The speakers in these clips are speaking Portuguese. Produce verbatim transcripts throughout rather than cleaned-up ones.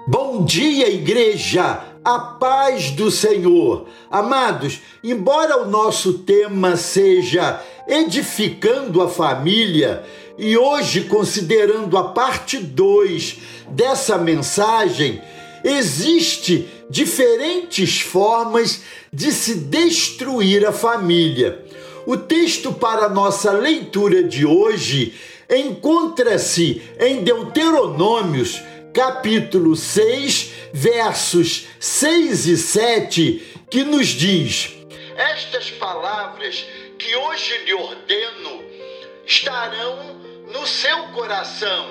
Bom dia, igreja! A paz do Senhor. Amados, embora o nosso tema seja edificando a família, e hoje, considerando a parte dois dessa mensagem, existe diferentes formas de se destruir a família. O texto para a nossa leitura de hoje encontra-se em Deuteronômios, capítulo seis, versos seis e sete, que nos diz: estas palavras que hoje lhe ordeno estarão no seu coração.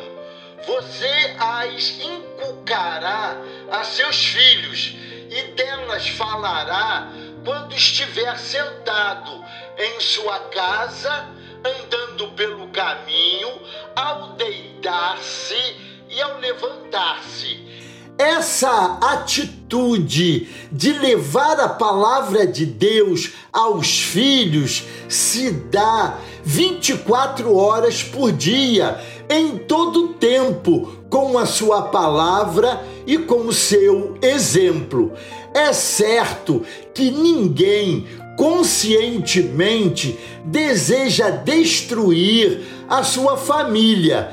Você as inculcará a seus filhos e delas falará quando estiver sentado em sua casa, andando pelo caminho, ao deitar-se e ao levantar-se. Essa atitude de levar a palavra de Deus aos filhos se dá vinte e quatro horas por dia, em todo o tempo, com a sua palavra e com o seu exemplo. É certo que ninguém conscientemente deseja destruir a sua família,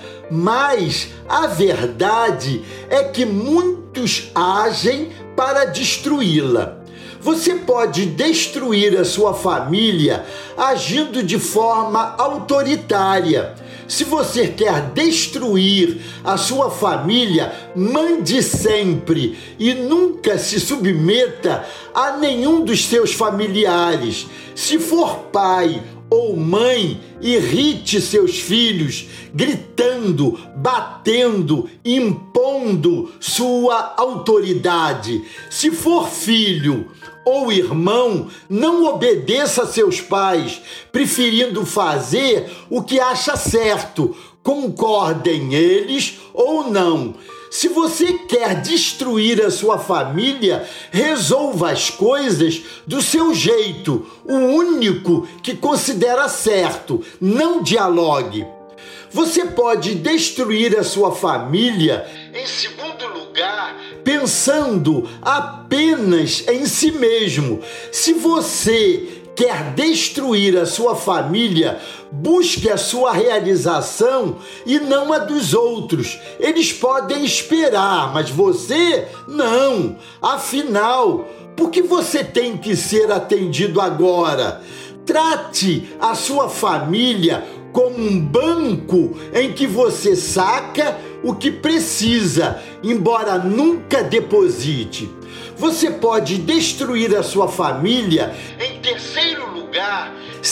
mas a verdade é que muitos agem para destruí-la. Você pode destruir a sua família agindo de forma autoritária. Se você quer destruir a sua família, mande sempre e nunca se submeta a nenhum dos seus familiares. Se for pai ou mãe, irrite seus filhos, gritando, batendo, impondo sua autoridade. Se for filho ou irmão, não obedeça a seus pais, preferindo fazer o que acha certo, concordem eles ou não. Se você quer destruir a sua família, resolva as coisas do seu jeito, o único que considera certo, não dialogue. Você pode destruir a sua família, em segundo lugar, pensando apenas em si mesmo. Se você quer destruir a sua família, busque a sua realização e não a dos outros. Eles podem esperar, mas você não. Afinal, por que você tem que ser atendido agora? Trate a sua família como um banco em que você saca o que precisa, embora nunca deposite. Você pode destruir a sua família, em terceiro lugar,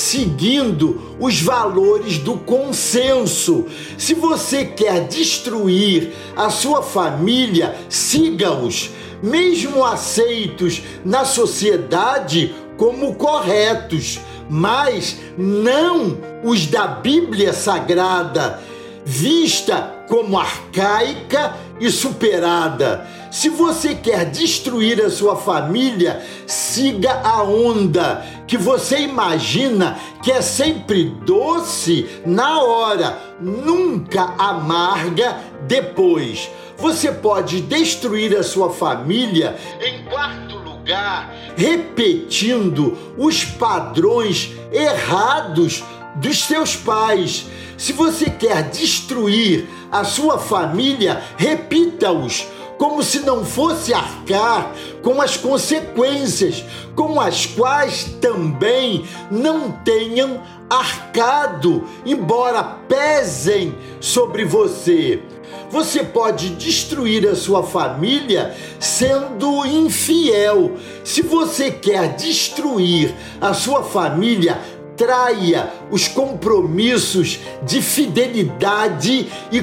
seguindo os valores do consenso. Se você quer destruir a sua família, siga-os, mesmo aceitos na sociedade como corretos, mas não os da Bíblia Sagrada, vista como arcaica e superada. Se você quer destruir a sua família, siga a onda que você imagina que é sempre doce na hora, nunca amarga depois. Você pode destruir a sua família, em quarto lugar, repetindo os padrões errados dos seus pais. Se você quer destruir a sua família, repita-os, como se não fosse arcar com as consequências, com as quais também não tenham arcado, embora pesem sobre você. Você pode destruir a sua família sendo infiel. Se você quer destruir a sua família, traia os compromissos de fidelidade e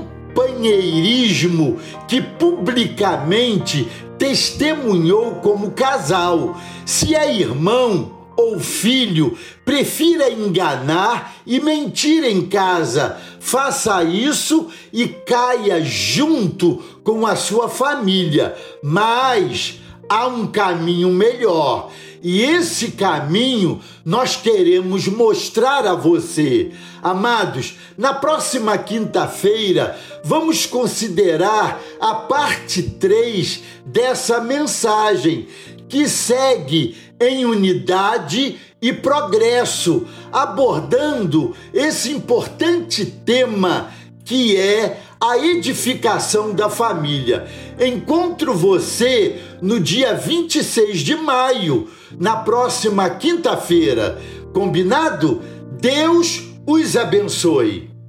companheirismo que publicamente testemunhou como casal. Se é irmão ou filho, prefira enganar e mentir em casa. Faça isso e caia junto com a sua família. Mas há um caminho melhor. E esse caminho nós queremos mostrar a você. Amados, na próxima quinta-feira, vamos considerar a parte três dessa mensagem, que segue em unidade e progresso, abordando esse importante tema que é a edificação da família. Encontro você no dia vinte e seis de maio, na próxima quinta-feira. Combinado? Deus os abençoe.